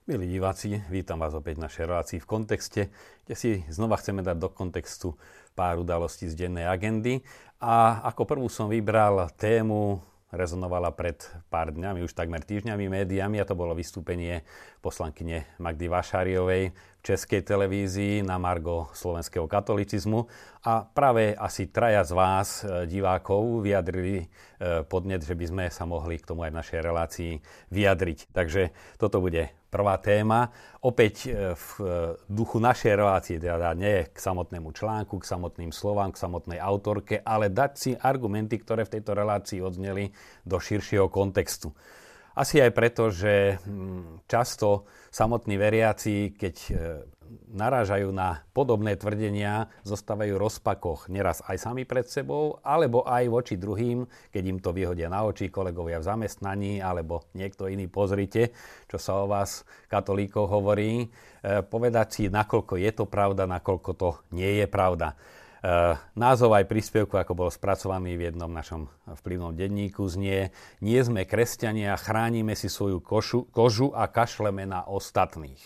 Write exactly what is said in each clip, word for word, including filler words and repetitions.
Milí diváci, vítam vás opäť v našej relácii v kontexte, kde si znova chceme dať do kontextu pár udalostí z dennej agendy. A ako prvú som vybral tému, rezonovala pred pár dňami, už takmer týždňami médiami, a to bolo vystúpenie poslankyne Magdy Vašáriovej v Českej televízii na margo slovenského katolicizmu. A práve asi traja z vás, divákov, vyjadrili podnet, že by sme sa mohli k tomu aj v našej relácii vyjadriť. Takže toto bude prvá téma. Opäť v duchu našej relácie, teda nie k samotnému článku, k samotným slovám, k samotnej autorke, ale dať si argumenty, ktoré v tejto relácii odzneli, do širšieho kontextu. Asi aj preto, že často samotní veriaci, keď narážajú na podobné tvrdenia, zostávajú v rozpakoch neraz aj sami pred sebou, alebo aj voči druhým, keď im to vyhodia na oči kolegovia v zamestnaní, alebo niekto iný. Pozrite, čo sa o vás, katolíkov, hovorí. Povedať si, nakoľko je to pravda, nakoľko to nie je pravda. Názov aj príspevku, ako bol spracovaný v jednom našom vplyvnom denníku, znie: Nie sme kresťania, chránime si svoju košu, kožu a kašleme na ostatných.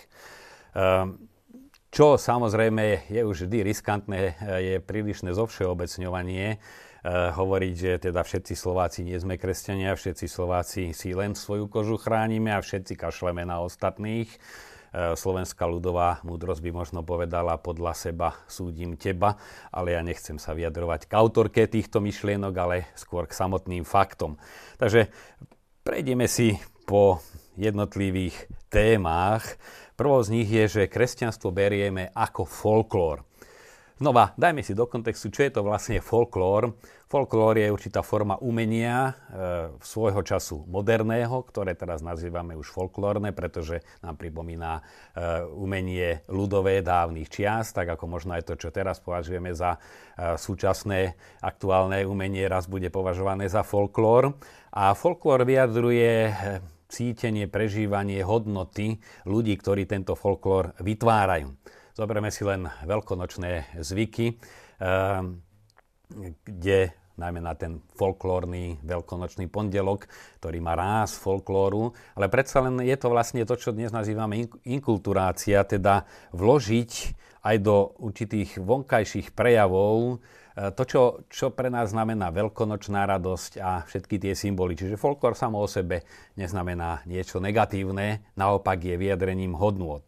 Čo samozrejme je už vždy riskantné, je prílišné zovšeobecňovanie, hovoriť, že teda všetci Slováci nie sme kresťania, všetci Slováci si len svoju kožu chránime a všetci kašleme na ostatných. Slovenská ľudová múdrosť by možno povedala: podľa seba súdim teba, ale ja nechcem sa vyjadrovať k autorke týchto myšlienok, ale skôr k samotným faktom. Takže prejdeme si po jednotlivých témach. Prvou z nich je, že kresťanstvo berieme ako folklór. Znova, dajme si do kontextu, čo je to vlastne folklór. Folklór je určitá forma umenia e, svojho času moderného, ktoré teraz nazývame už folklórne, pretože nám pripomína e, umenie ľudové dávnych čias, tak ako možno aj to, čo teraz považujeme za e, súčasné aktuálne umenie, raz bude považované za folklór. A folklór vyjadruje cítenie, prežívanie, hodnoty ľudí, ktorí tento folklór vytvárajú. Zoberieme si len veľkonočné zvyky, kde najmä na ten folklórny veľkonočný pondelok, ktorý má ráz folklóru, ale predsa len je to vlastne to, čo dnes nazývame inkulturácia, teda vložiť aj do určitých vonkajších prejavov to, čo, čo pre nás znamená veľkonočná radosť a všetky tie symboly. Čiže folklór samo o sebe neznamená niečo negatívne, naopak je vyjadrením hodnôt.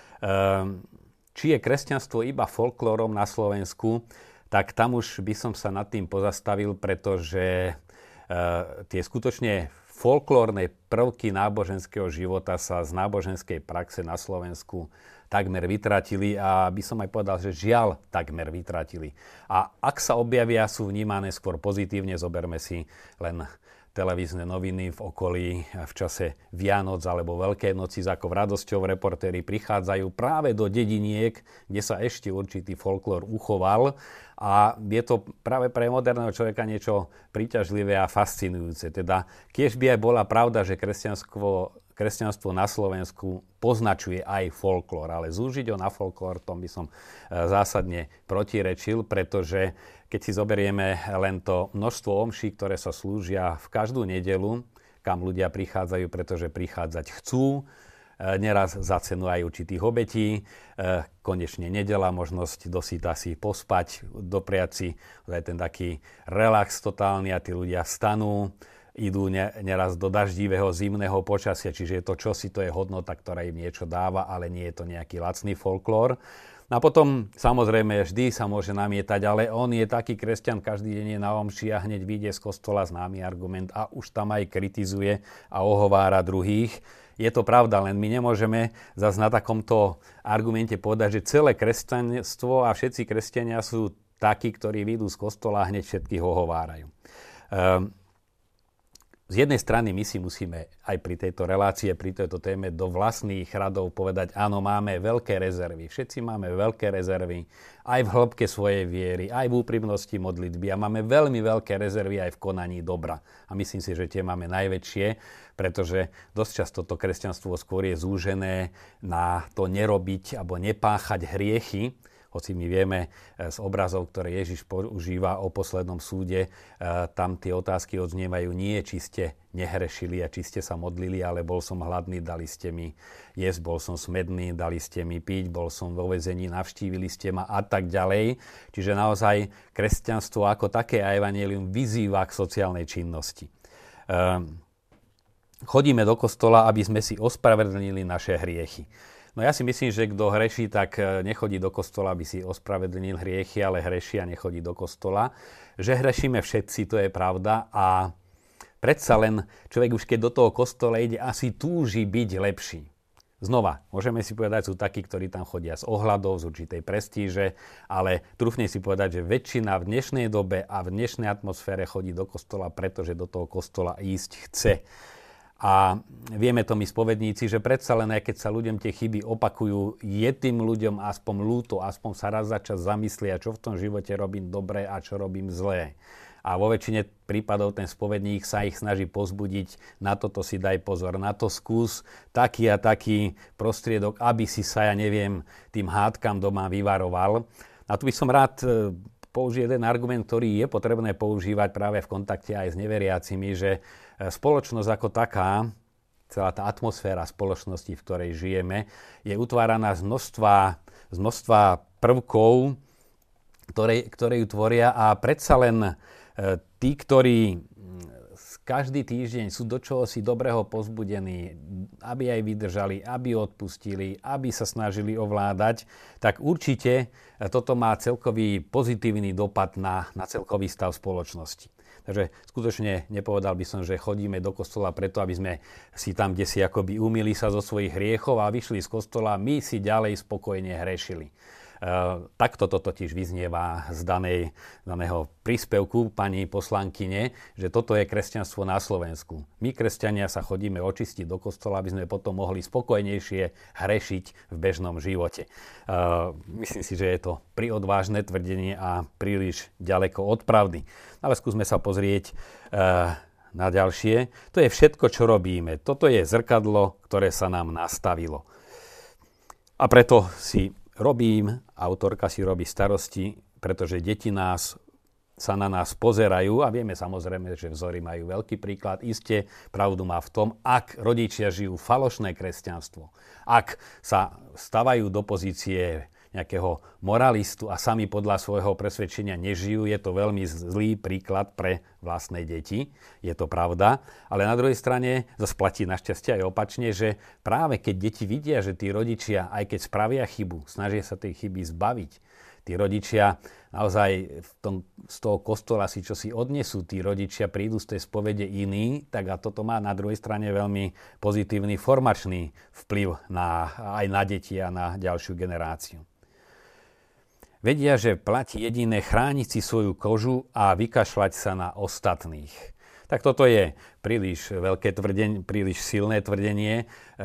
Či je kresťanstvo iba folklórom na Slovensku, tak tam už by som sa nad tým pozastavil, pretože e, tie skutočne folklórne prvky náboženského života sa z náboženskej praxe na Slovensku takmer vytratili, a by som aj povedal, že žiaľ takmer vytratili. A ak sa objavia, sú vnímané skôr pozitívne. Zoberme si len televízne noviny v okolí v čase Vianoc alebo Veľkej noci, ako v radosťou reportéri prichádzajú práve do dediniek, kde sa ešte určitý folklór uchoval, a je to práve pre moderného človeka niečo príťažlivé a fascinujúce. Teda kiež by aj bola pravda, že kresťanstvo, kresťanstvo na Slovensku poznačuje aj folklór, ale zúžiť ho na folklór, tom by som zásadne protirečil, pretože keď si zoberieme len to množstvo omší, ktoré sa slúžia v každú nedeľu, kam ľudia prichádzajú, pretože prichádzať chcú, neraz za cenu aj určitých obetí, konečne nedeľa, možnosť dosýta si pospať, dopriať si aj ten taký relax totálny, a tí ľudia vstanú, idú neraz do daždivého zimného počasia, čiže je to čosi, to je hodnota, ktorá im niečo dáva, ale nie je to nejaký lacný folklór. A potom, samozrejme, vždy sa môže namietať, ale on je taký kresťan, každý deň je na omši a hneď vyjde z kostola známy argument a už tam aj kritizuje a ohovára druhých. Je to pravda, len my nemôžeme zase na takomto argumente povedať, že celé kresťanstvo a všetci kresťania sú takí, ktorí vyjdú z kostola a hneď všetkých ohovárajú. Um, Z jednej strany my si musíme aj pri tejto relácii, pri tejto téme do vlastných radov povedať: áno, máme veľké rezervy. Všetci máme veľké rezervy aj v hĺbke svojej viery, aj v úprimnosti modlitby, a máme veľmi veľké rezervy aj v konaní dobra. A myslím si, že tie máme najväčšie, pretože dosť často to kresťanstvo skôr je zúžené na to nerobiť alebo nepáchať hriechy, hoci my vieme z obrazov, ktoré Ježiš používa o poslednom súde, tam tie otázky odznievajú nie, či ste nehrešili a či ste sa modlili, ale bol som hladný, dali ste mi jesť, bol som smedný, dali ste mi piť, bol som vo väzení, navštívili ste ma a tak ďalej. Čiže naozaj kresťanstvo ako také a evanjelium vyzýva k sociálnej činnosti. Chodíme do kostola, aby sme si ospravedlnili naše hriechy. No ja si myslím, že kto hreší, tak nechodí do kostola, aby si ospravedlnil hriechy, ale hreší a nechodí do kostola. Že hrešíme všetci, to je pravda a predsa len človek už keď do toho kostola ide, asi túži byť lepší. Znova, môžeme si povedať, sú takí, ktorí tam chodia z ohľadov, z určitej prestíže, ale trúfne si povedať, že väčšina v dnešnej dobe a v dnešnej atmosfére chodí do kostola, pretože do toho kostola ísť chce. A vieme to my spovedníci, že predsa len aj keď sa ľuďom tie chyby opakujú, je tým ľuďom aspoň ľúto, aspoň sa raz za čas zamyslia, čo v tom živote robím dobre a čo robím zlé. A vo väčšine prípadov ten spovedník sa ich snaží pozbudiť, na toto si daj pozor, na to skús taký a taký prostriedok, aby si sa, ja neviem, tým hádkam doma vyvaroval. A tu by som rád použil jeden argument, ktorý je potrebné používať práve v kontakte aj s neveriacimi, že spoločnosť ako taká, celá tá atmosféra spoločnosti, v ktorej žijeme, je utváraná z množstva, z množstva prvkov, ktoré, ktoré ju tvoria a predsa len tí, ktorí každý týždeň sú do čohosi dobrého pozbudení, aby aj vydržali, aby odpustili, aby sa snažili ovládať, tak určite toto má celkový pozitívny dopad na, na celkový stav spoločnosti. Takže skutočne nepovedal by som, že chodíme do kostola preto, aby sme si tam, kde si akoby umýli sa zo svojich hriechov a vyšli z kostola, my si ďalej spokojne hrešili. Uh, takto to totiž vyznieva z danej, daného príspevku pani poslankyne, že toto je kresťanstvo na Slovensku. My, kresťania, sa chodíme očistiť do kostola, aby sme potom mohli spokojnejšie hrešiť v bežnom živote. Uh, myslím si, že je to priodvážne tvrdenie a príliš ďaleko od pravdy. Ale skúsme sa pozrieť uh, na ďalšie. To je všetko, čo robíme. Toto je zrkadlo, ktoré sa nám nastavilo. A preto si robím, autorka si robí starosti, pretože deti nás, sa na nás pozerajú a vieme samozrejme, že vzory majú veľký príklad. Isté, pravdu má v tom, ak rodičia žijú falošné kresťanstvo, ak sa stavajú do pozície nejakého moralistu a sami podľa svojho presvedčenia nežijú, je to veľmi zlý príklad pre vlastné deti, je to pravda. Ale na druhej strane zase platí našťastie aj opačne, že práve keď deti vidia, že tí rodičia, aj keď spravia chybu, snažia sa tej chyby zbaviť, tí rodičia naozaj v tom, z toho kostola si čo si odnesú, tí rodičia prídu z tej spovede iní, tak a toto má na druhej strane veľmi pozitívny formačný vplyv na, aj na deti a na ďalšiu generáciu. Vedia, že platí jediné chrániť si svoju kožu a vykašľať sa na ostatných. Tak toto je príliš veľké tvrdenie, príliš silné tvrdenie. E,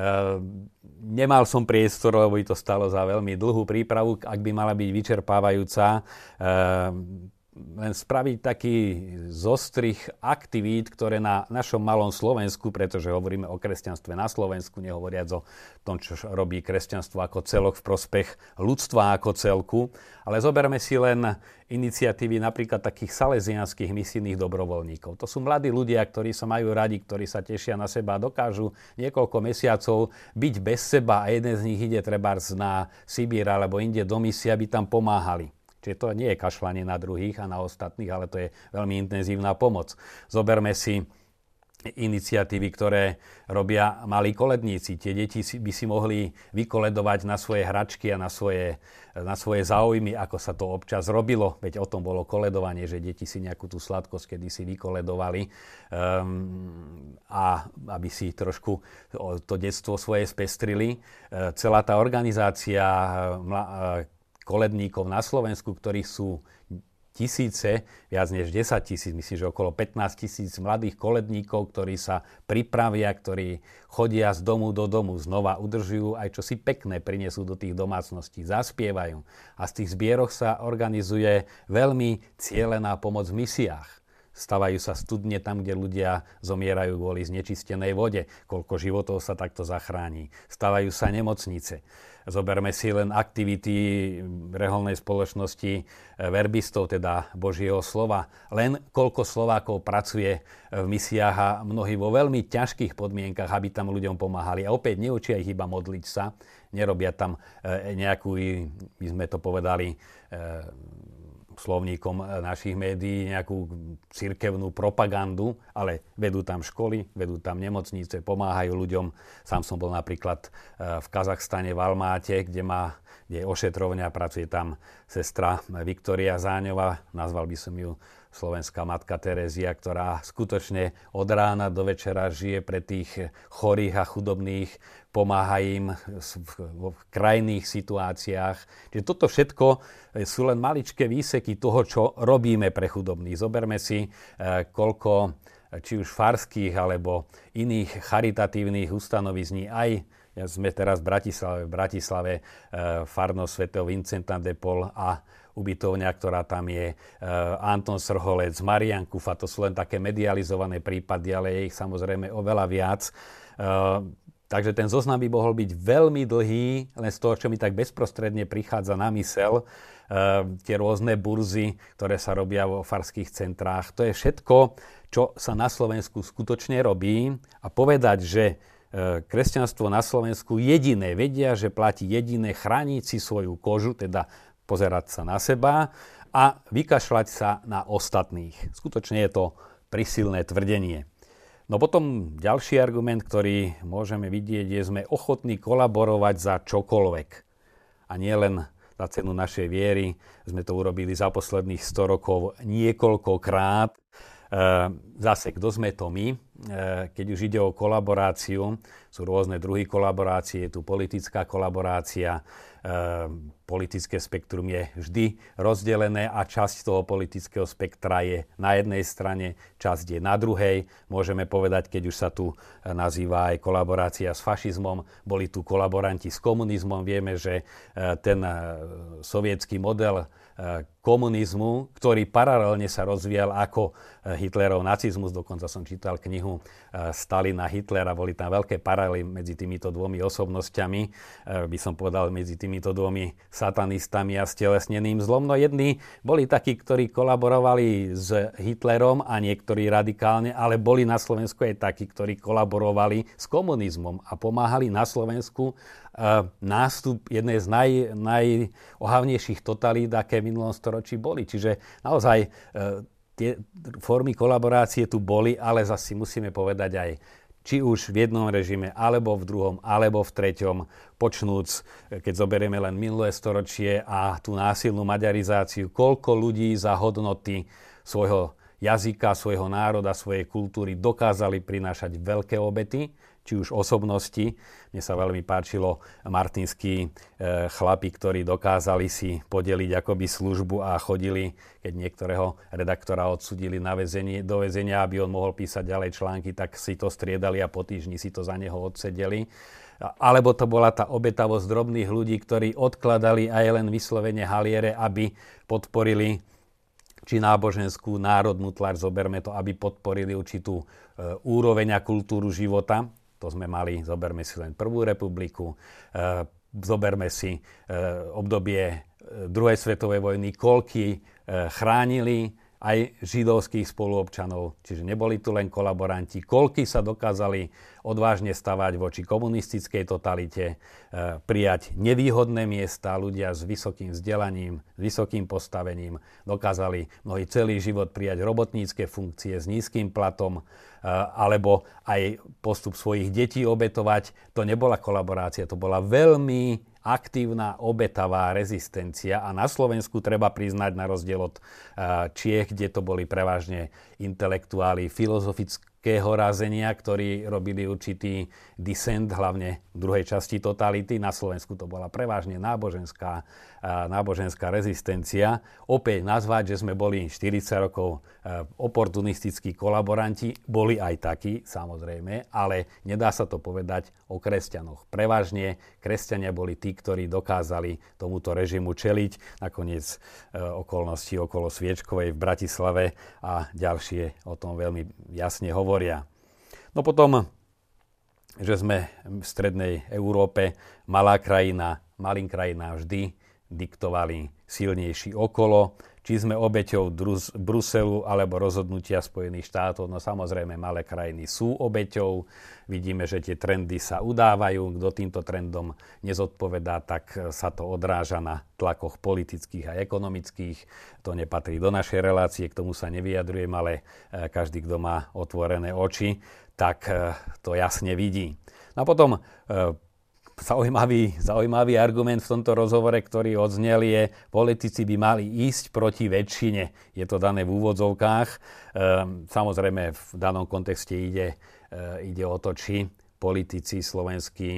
nemal som priestor, lebo by to stalo za veľmi dlhú prípravu, ak by mala byť vyčerpávajúca. E, len spraviť taký zostrih aktivít, ktoré na našom malom Slovensku, pretože hovoríme o kresťanstve na Slovensku, nehovoriac o tom, čo robí kresťanstvo ako celok v prospech ľudstva ako celku, ale zoberme si len iniciatívy napríklad takých salesianských misijných dobrovoľníkov. To sú mladí ľudia, ktorí sa majú radi, ktorí sa tešia na seba a dokážu niekoľko mesiacov byť bez seba a jeden z nich ide trebárs na Sibír alebo inde do misie, aby tam pomáhali. Čiže to nie je kašľanie na druhých a na ostatných, ale to je veľmi intenzívna pomoc. Zoberme si iniciatívy, ktoré robia malí koledníci. Tie deti by si mohli vykoledovať na svoje hračky a na svoje, na svoje záujmy, ako sa to občas robilo. Veď o tom bolo koledovanie, že deti si nejakú tú sladkosť kedysi vykoledovali, um, a aby si trošku to detstvo svoje spestrili. Uh, celá tá organizácia uh, koledníkov na Slovensku, ktorí sú tisíce, viac než desať tisíc, myslím, že okolo pätnásť tisíc mladých koledníkov, ktorí sa pripravia, ktorí chodia z domu do domu, znova udržujú aj čosi pekné, prinesú do tých domácností, zaspievajú. A z tých zbieroch sa organizuje veľmi cielená pomoc v misiách. Stavajú sa studne tam, kde ľudia zomierajú kvôli znečistenej vode. Koľko životov sa takto zachráni. Stavajú sa nemocnice. Zoberme si len aktivity reholnej spoločnosti verbistov, teda Božieho slova. Len koľko Slovákov pracuje v misiách a mnohí vo veľmi ťažkých podmienkach, aby tam ľuďom pomáhali. A opäť neučia ich iba modliť sa. Nerobia tam nejakú, my sme to povedali slovníkom našich médií, nejakú cirkevnú propagandu, ale vedú tam školy, vedú tam nemocnice, pomáhajú ľuďom. Sám som bol napríklad v Kazachstane, v Almáte, kde, má, kde je ošetrovňa, pracuje tam sestra Viktória Záňová, nazval by som ju Slovenská matka Terézia, ktorá skutočne od rána do večera žije pre tých chorých a chudobných, pomáha im v krajných situáciách. Čiže toto všetko sú len maličké výseky toho, čo robíme pre chudobných. Zoberme si, koľko či už farských alebo iných charitatívnych ustanovizní, aj ja sme teraz v Bratislave, v Bratislave farnosť svätého Vincenta de Paul a ubytovňa, ktorá tam je, Anton Srholec, Marián Kufa, to sú len také medializované prípady, ale je ich samozrejme oveľa viac. Takže ten zoznam by mohol byť veľmi dlhý, len z toho, čo mi tak bezprostredne prichádza na mysel, tie rôzne burzy, ktoré sa robia vo farských centrách. To je všetko, čo sa na Slovensku skutočne robí. A povedať, že kresťanstvo na Slovensku jediné vedia, že platí jediné chrániť si svoju kožu, teda pozerať sa na seba a vykašľať sa na ostatných. Skutočne je to prísilné tvrdenie. No potom ďalší argument, ktorý môžeme vidieť, je, že sme ochotní kolaborovať za čokoľvek. A nie len za cenu našej viery. Sme to urobili za posledných sto rokov niekoľkokrát. E, zase, kto sme to my? E, keď už ide o kolaboráciu, sú rôzne druhy kolaborácie, je tu politická kolaborácia, e, politické spektrum je vždy rozdelené a časť toho politického spektra je na jednej strane, časť je na druhej. Môžeme povedať, keď už sa tu nazýva aj kolaborácia s fašizmom, boli tu kolaboranti s komunizmom. Vieme, že ten sovietský model komunizmu, ktorý paralelne sa rozvíjal ako Hitlerov nacizmus, dokonca som čítal knihu Stalina, Hitlera, boli tam veľké paralely medzi týmito dvomi osobnosťami, by som povedal medzi týmito dvomi satanistami a stelesneným zlom. No jedni boli takí, ktorí kolaborovali s Hitlerom a niektorí radikálne, ale boli na Slovensku aj takí, ktorí kolaborovali s komunizmom a pomáhali na Slovensku nástup jednej z naj, najohavnejších totalít, aké v minulom storočí boli. Čiže naozaj tie formy kolaborácie tu boli, ale zase musíme povedať aj, či už v jednom režime, alebo v druhom, alebo v treťom, počnúc, keď zoberieme len minulé storočie a tú násilnú maďarizáciu, koľko ľudí za hodnoty svojho jazyka, svojho národa, svojej kultúry dokázali prinášať veľké obety, či už osobnosti. Mne sa veľmi páčilo martinskí e, chlapi, ktorí dokázali si podeliť akoby službu a chodili, keď niektorého redaktora odsudili na väzenie, do väzenia, aby on mohol písať ďalej články, tak si to striedali a po týždni si to za neho odsedeli. Alebo to bola tá obetavosť drobných ľudí, ktorí odkladali aj len vyslovene haliere, aby podporili či náboženskú, národnú tlač, zoberme to, aby podporili určitú e, úroveň a kultúru života. To sme mali, zoberme si len prvú republiku, e, zoberme si e, obdobie druhej svetovej vojny, koľky e, chránili aj židovských spoluobčanov, čiže neboli tu len kolaboranti, koľky sa dokázali odvážne stavať voči komunistickej totalite, e, prijať nevýhodné miesta, ľudia s vysokým vzdelaním, s vysokým postavením, dokázali mnohí celý život prijať robotnícke funkcie s nízkym platom, e, alebo aj postup svojich detí obetovať. To nebola kolaborácia, to bola veľmi aktívna, obetavá rezistencia a na Slovensku treba priznať na rozdiel od Čiech, kde to boli prevažne intelektuáli, filozofick- razenia, ktorí robili určitý disent, hlavne v druhej časti totality. Na Slovensku to bola prevažne náboženská, náboženská rezistencia. Opäť nazvať, že sme boli štyridsať rokov oportunistickí kolaboranti, boli aj takí, samozrejme, ale nedá sa to povedať o kresťanoch. Prevažne kresťania boli tí, ktorí dokázali tomuto režimu čeliť. Nakoniec okolnosti okolo Sviečkovej v Bratislave a ďalšie o tom veľmi jasne hovoria. No potom, že sme v strednej Európe, malá krajina, malým krajinám vždy diktovali silnejší okolo. Či sme obeťou Drus- Bruselu alebo rozhodnutia Spojených štátov, no samozrejme malé krajiny sú obeťou. Vidíme, že tie trendy sa udávajú. Kto týmto trendom nezodpovedá, tak sa to odráža na tlakoch politických a ekonomických. To nepatrí do našej relácie, k tomu sa nevyjadrujem, ale každý, kto má otvorené oči, tak to jasne vidí. No a potom Zaujímavý, zaujímavý argument v tomto rozhovore, ktorý odznel, je, politici by mali ísť proti väčšine. Je to dané v úvodzovkách. Samozrejme, v danom kontexte ide, ide o to, či politici slovenskí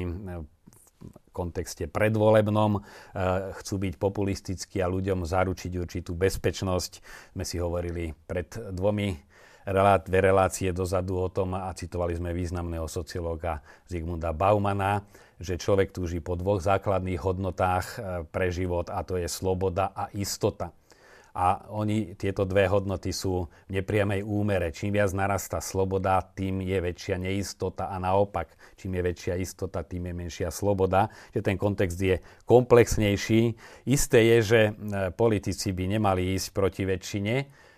v kontexte predvolebnom chcú byť populistickí a ľuďom zaručiť určitú bezpečnosť. Sme si hovorili pred dvomi dve relácie dozadu o tom a citovali sme významného sociológa Zigmunda Baumana, že človek túži po dvoch základných hodnotách pre život, a to je sloboda a istota. A oni, tieto dve hodnoty sú v nepriamej úmere. Čím viac narastá sloboda, tým je väčšia neistota a naopak. Čím je väčšia istota, tým je menšia sloboda. Že ten kontext je komplexnejší. Isté je, že politici by nemali ísť proti väčšine,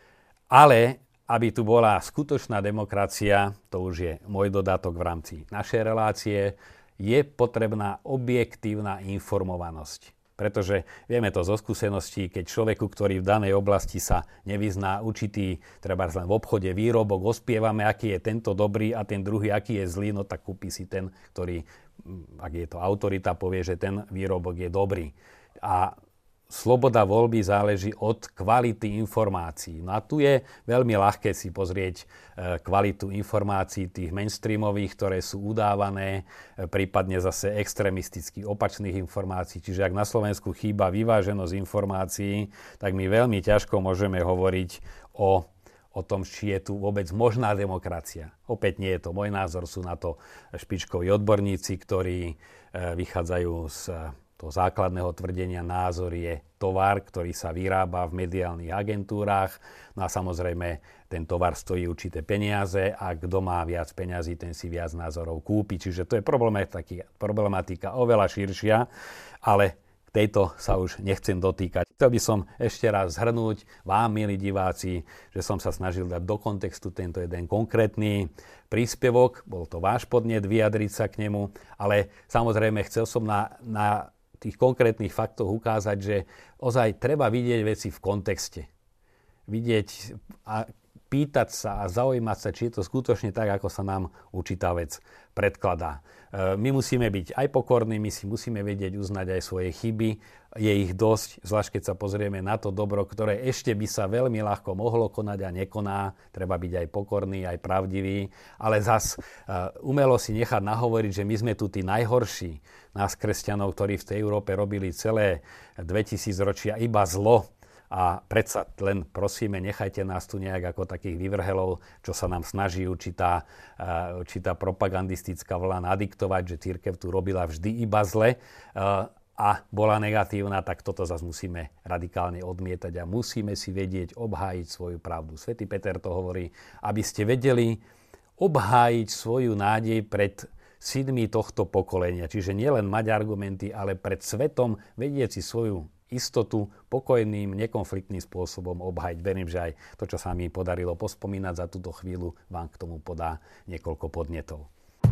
ale aby tu bola skutočná demokracia, to už je môj dodatok v rámci našej relácie, je potrebná objektívna informovanosť. Pretože vieme to zo skúseností, keď človeku, ktorý v danej oblasti sa nevyzná, určitý, treba len v obchode výrobok, ospievame, aký je tento dobrý a ten druhý, aký je zlý, no tak kúpi si ten, ktorý, ak je to autorita, povie, že ten výrobok je dobrý. A sloboda voľby záleží od kvality informácií. No a tu je veľmi ľahké si pozrieť kvalitu informácií tých mainstreamových, ktoré sú udávané, prípadne zase extrémisticky opačných informácií. Čiže ak na Slovensku chýba vyváženosť informácií, tak my veľmi ťažko môžeme hovoriť o, o tom, či je tu vôbec možná demokracia. Opäť nie je to môj názor, sú na to špičkoví odborníci, ktorí vychádzajú z toho základného tvrdenia, názor je tovar, ktorý sa vyrába v mediálnych agentúrách. No a samozrejme, ten tovar stojí určité peniaze a kto má viac peňazí, ten si viac názorov kúpi. Čiže to je problematika, problematika oveľa širšia, ale tejto sa už nechcem dotýkať. Chcel by som ešte raz zhrnúť vám, milí diváci, že som sa snažil dať do kontextu tento jeden konkrétny príspevok. Bol to váš podnet, vyjadriť sa k nemu, ale samozrejme chcel som na, na tých konkrétnych faktoch ukázať, že ozaj treba vidieť veci v kontexte. Vidieť a pýtať sa a zaujímať sa, či je to skutočne tak, ako sa nám určitá vec predkladá. My musíme byť aj pokorní, my si musíme vedieť uznať aj svoje chyby. Je ich dosť, zvlášť keď sa pozrieme na to dobro, ktoré ešte by sa veľmi ľahko mohlo konať a nekoná. Treba byť aj pokorný, aj pravdivý. Ale zas umelo si nechať nahovoriť, že my sme tu tí najhorší, nás kresťanov, ktorí v tej Európe robili celé dvetisíc ročia iba zlo. A predsa len prosíme, nechajte nás tu nejak ako takých vyvrhelov, čo sa nám snaží určitá, uh, určitá propagandistická vlna nadiktovať, že cirkev tu robila vždy iba zle uh, a bola negatívna, tak toto zase musíme radikálne odmietať a musíme si vedieť obhájiť svoju pravdu. Svätý Peter to hovorí, aby ste vedeli obhájiť svoju nádej pred synmi tohto pokolenia. Čiže nielen mať argumenty, ale pred svetom vedieť si svoju istotu pokojným, nekonfliktným spôsobom obhajiť. Verím, že aj to, čo sa mi podarilo pospomínať za túto chvíľu, vám k tomu podá niekoľko podnetov.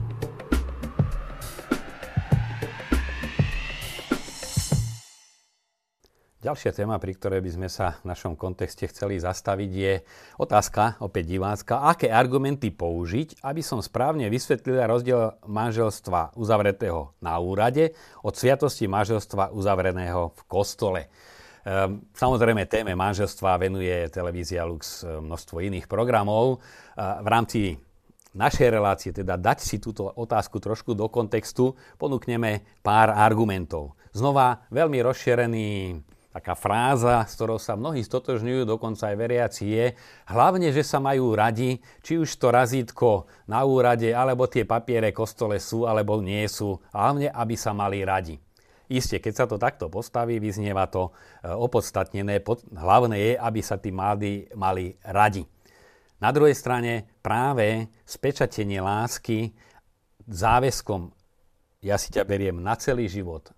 Ďalšia téma, pri ktorej by sme sa v našom kontexte chceli zastaviť, je otázka, opäť divácka, aké argumenty použiť, aby som správne vysvetlila rozdiel manželstva uzavretého na úrade od sviatosti manželstva uzavreného v kostole. Samozrejme, téme manželstva venuje televízia Lux množstvo iných programov. V rámci našej relácie, teda dať si túto otázku trošku do kontextu, ponúkneme pár argumentov. Znova veľmi rozšírený taká fráza, s ktorou sa mnohí stotožňujú, dokonca aj veriaci, je hlavne, že sa majú radi, či už to razítko na úrade, alebo tie papiere kostole sú, alebo nie sú, hlavne, aby sa mali radi. Isté, keď sa to takto postaví, vyznieva to opodstatnené, hlavné je, aby sa tí mladí mali radi. Na druhej strane práve spečatenie lásky záväzkom, ja si ťa beriem na celý život,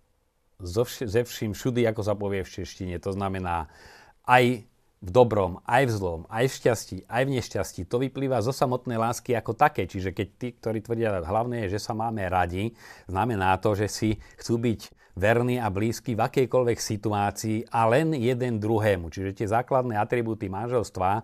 ze vším všudy, ako sa povie v češtine. To znamená aj v dobrom, aj v zlom, aj v šťastí, aj v nešťastí. To vyplýva zo samotnej lásky ako také. Čiže keď tí, ktorí tvrdia, hlavné je, že sa máme radi, znamená to, že si chcú byť verní a blízky v akejkoľvek situácii a len jeden druhému. Čiže tie základné atribúty manželstva,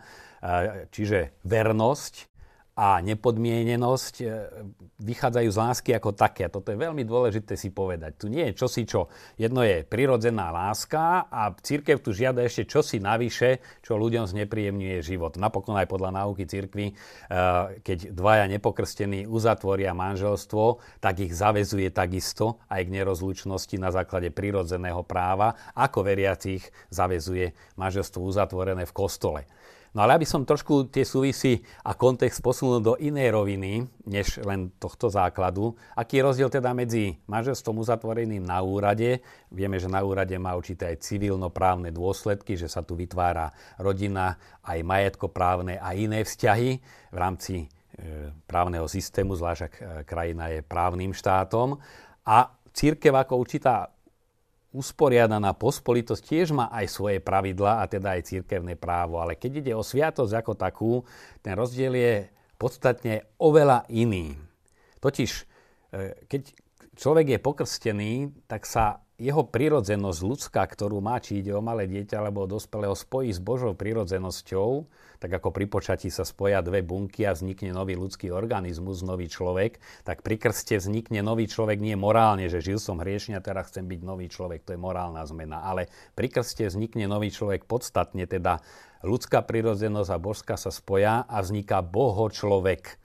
čiže vernosť a nepodmienenosť vychádzajú z lásky ako také. A toto je veľmi dôležité si povedať. Tu nie je čosi, čo jedno je prirodzená láska a cirkev tu žiada ešte čosi navyše, čo ľuďom znepríjemňuje život. Napokon aj podľa náuky cirkvi, keď dvaja nepokrstení uzatvoria manželstvo, tak ich zaväzuje takisto aj k nerozlučnosti na základe prirodzeného práva, ako veriacich zaväzuje manželstvo uzatvorené v kostole. No ale aby som trošku tie súvisy a kontext posunul do inej roviny, než len tohto základu. Aký je rozdiel teda medzi manželstvom uzatvoreným na úrade? Vieme, že na úrade má určité aj civilnoprávne dôsledky, že sa tu vytvára rodina, aj majetkoprávne a iné vzťahy v rámci e, právneho systému, zvlášť ak krajina je právnym štátom. A cirkev ako určitá usporiadaná pospolitosť tiež má aj svoje pravidlá, a teda aj cirkevné právo. Ale keď ide o sviatosť ako takú, ten rozdiel je podstatne oveľa iný. Totiž, keď človek je pokrstený, tak sa jeho prirodzenosť ľudská, ktorú má, či ide o malé dieťa alebo o dospelého, spojí s Božou prirodzenosťou, tak ako pri počatí sa spoja dve bunky a vznikne nový ľudský organizmus, nový človek, tak pri krste vznikne nový človek nie morálne, že žil som hriešne a teraz chcem byť nový človek, to je morálna zmena, ale pri krste vznikne nový človek podstatne, teda ľudská prirodzenosť a božská sa spoja a vzniká Boho človek.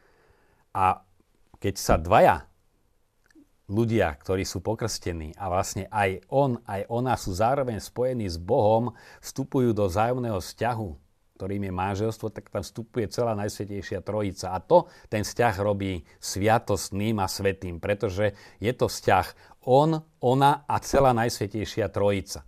A keď sa dvaja ľudia, ktorí sú pokrstení a vlastne aj on, aj ona sú zároveň spojení s Bohom, vstupujú do vzájomného vzťahu, ktorým je manželstvo, tak tam vstupuje celá Najsvätejšia Trojica. A to ten vzťah robí sviatostným a svätým, pretože je to vzťah on, ona a celá Najsvätejšia Trojica.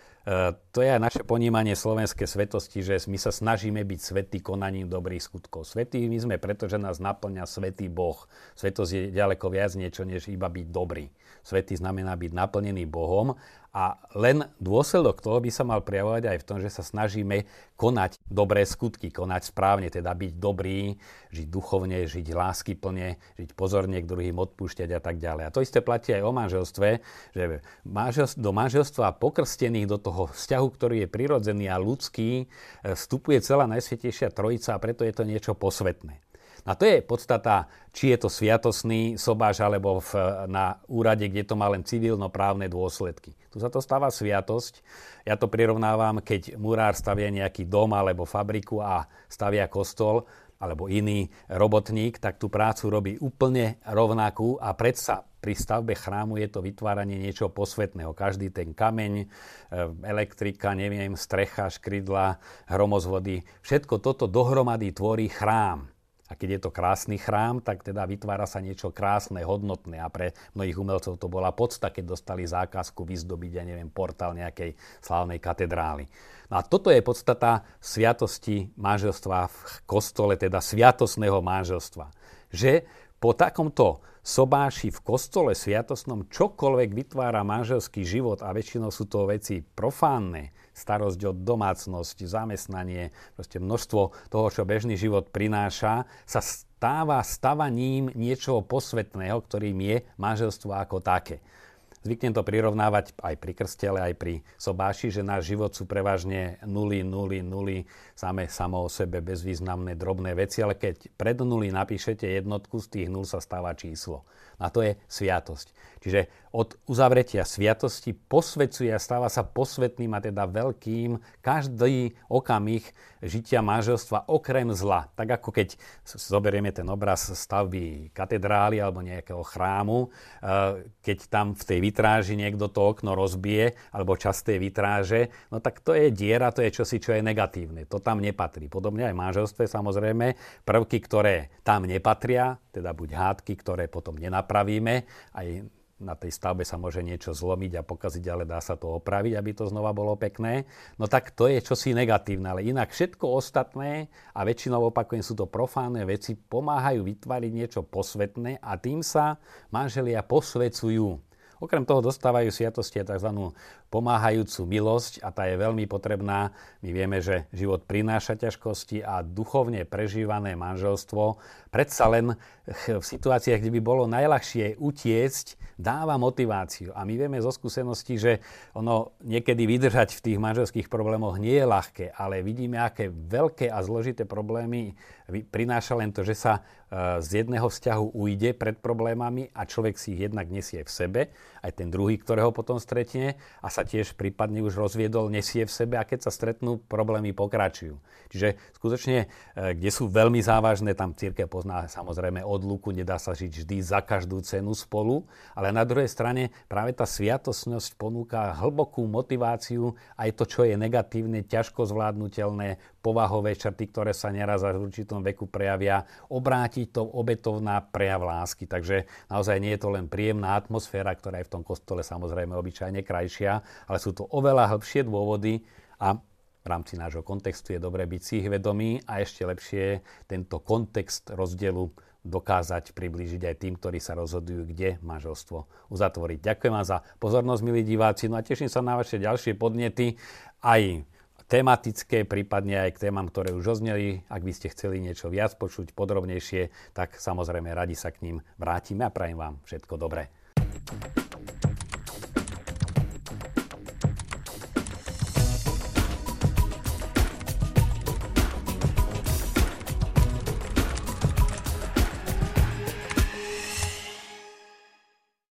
E, to je aj naše ponímanie slovenskej svetosti, že my sa snažíme byť svätí konaním dobrých skutkov. Svätí my sme, pretože nás naplňa svätý Boh. Svetosť je ďaleko viac niečo, než iba byť dobrý. Svätý znamená byť naplnený Bohom a len dôsledok toho by sa mal prejavovať aj v tom, že sa snažíme konať dobré skutky, konať správne, teda byť dobrý, žiť duchovne, žiť láskyplne, žiť pozorne k druhým, odpúšťať a tak ďalej. A to isté platí aj o manželstve, že do manželstva pokrstených, do toho vzťahu, ktorý je prirodzený a ľudský, vstupuje celá Najsvätejšia Trojica a preto je to niečo posvätné. A to je podstata, či je to sviatosný sobáš alebo v, na úrade, kde to má len civilnoprávne dôsledky. Tu sa to stáva sviatosť. Ja to prirovnávam, keď murár stavia nejaký dom alebo fabriku a stavia kostol alebo iný robotník, tak tú prácu robí úplne rovnakú a predsa pri stavbe chrámu je to vytváranie niečoho posvätného. Každý ten kameň, elektrika, neviem, strecha, škrydla, hromozvody, všetko toto dohromady tvorí chrám. A keď je to krásny chrám, tak teda vytvára sa niečo krásne, hodnotné. A pre mnohých umelcov to bola podsta, keď dostali zákazku vyzdobiť, ja neviem, portál nejakej slávnej katedrály. No a toto je podstata sviatosti manželstva v kostole, teda sviatosného manželstva. Že po takomto sobáši v kostole sviatosnom čokoľvek vytvára manželský život, a väčšinou sú to veci profánne, starosť o domácnosť, zamestnanie, proste množstvo toho, čo bežný život prináša, sa stáva stavaním niečoho posvätného, ktorým je manželstvo ako také. Zvyknem to prirovnávať aj pri krste, ale aj pri sobáši, že náš život sú prevažne nuly, nuly, nuly, same samo o sebe bezvýznamné, drobné veci, ale keď pred nuly napíšete jednotku, z tých nul sa stáva číslo. A to je sviatosť. Čiže od uzavretia sviatosti posvedzuje a stáva sa posvetným a teda veľkým každý okamih žitia manželstva okrem zla. Tak ako keď zoberieme ten obraz stavby katedrály alebo nejakého chrámu, keď tam v tej vitráži niekto to okno rozbije alebo časť tej vitráže, no tak to je diera, to je čosi, čo je negatívne. To tam nepatrí. Podobne aj v manželstve samozrejme prvky, ktoré tam nepatria, teda buď hádky, ktoré potom nenapravíme, aj na tej stavbe sa môže niečo zlomiť a pokaziť, ale dá sa to opraviť, aby to znova bolo pekné. No tak to je čosi negatívne, ale inak všetko ostatné, a väčšinou opakujem, sú to profánne veci, pomáhajú vytvoriť niečo posvetné a tým sa manželia posvecujú. Okrem toho dostávajú sviatosti tzv. Pomáhajúcu milosť a tá je veľmi potrebná. My vieme, že život prináša ťažkosti a duchovne prežívané manželstvo predsa len v situáciách, kde by bolo najľahšie utiecť, dáva motiváciu. A my vieme zo skúseností, že ono niekedy vydržať v tých manželských problémoch nie je ľahké, ale vidíme, aké veľké a zložité problémy prináša len to, že sa z jedného vzťahu ujde pred problémami a človek si ich jednak nesie v sebe, aj ten druhý, ktorého potom stretne a sa tiež prípadne už rozviedol, nesie v sebe a keď sa stretnú, problémy pokračujú. Čiže skutočne, kde sú veľmi závažné, tam cirkev pozná samozrejme odluku, nedá sa žiť vždy za každú cenu spolu, ale na druhej strane práve tá sviatosnosť ponúka hlbokú motiváciu aj to, čo je negatívne, ťažko zvládnutelné, povahové črty, ktoré sa neraz v určitom veku prejavia, obrátiť to obetovná prejav lásky. Takže naozaj nie je to len príjemná atmosféra, ktorá je v tom kostole samozrejme obyčajne krajšia, ale sú to oveľa hĺbšie dôvody a v rámci nášho kontextu je dobre byť si ich vedomý a ešte lepšie tento kontext rozdielu dokázať priblížiť aj tým, ktorí sa rozhodujú, kde manželstvo uzatvoriť. Ďakujem vám za pozornosť, milí diváci, no a teším sa na vaše ďalšie podnety, aj tematické, prípadne aj k témam, ktoré už ozneli. Ak by ste chceli niečo viac počuť, podrobnejšie, tak samozrejme radi sa k ním vrátime a prajem vám všetko dobré.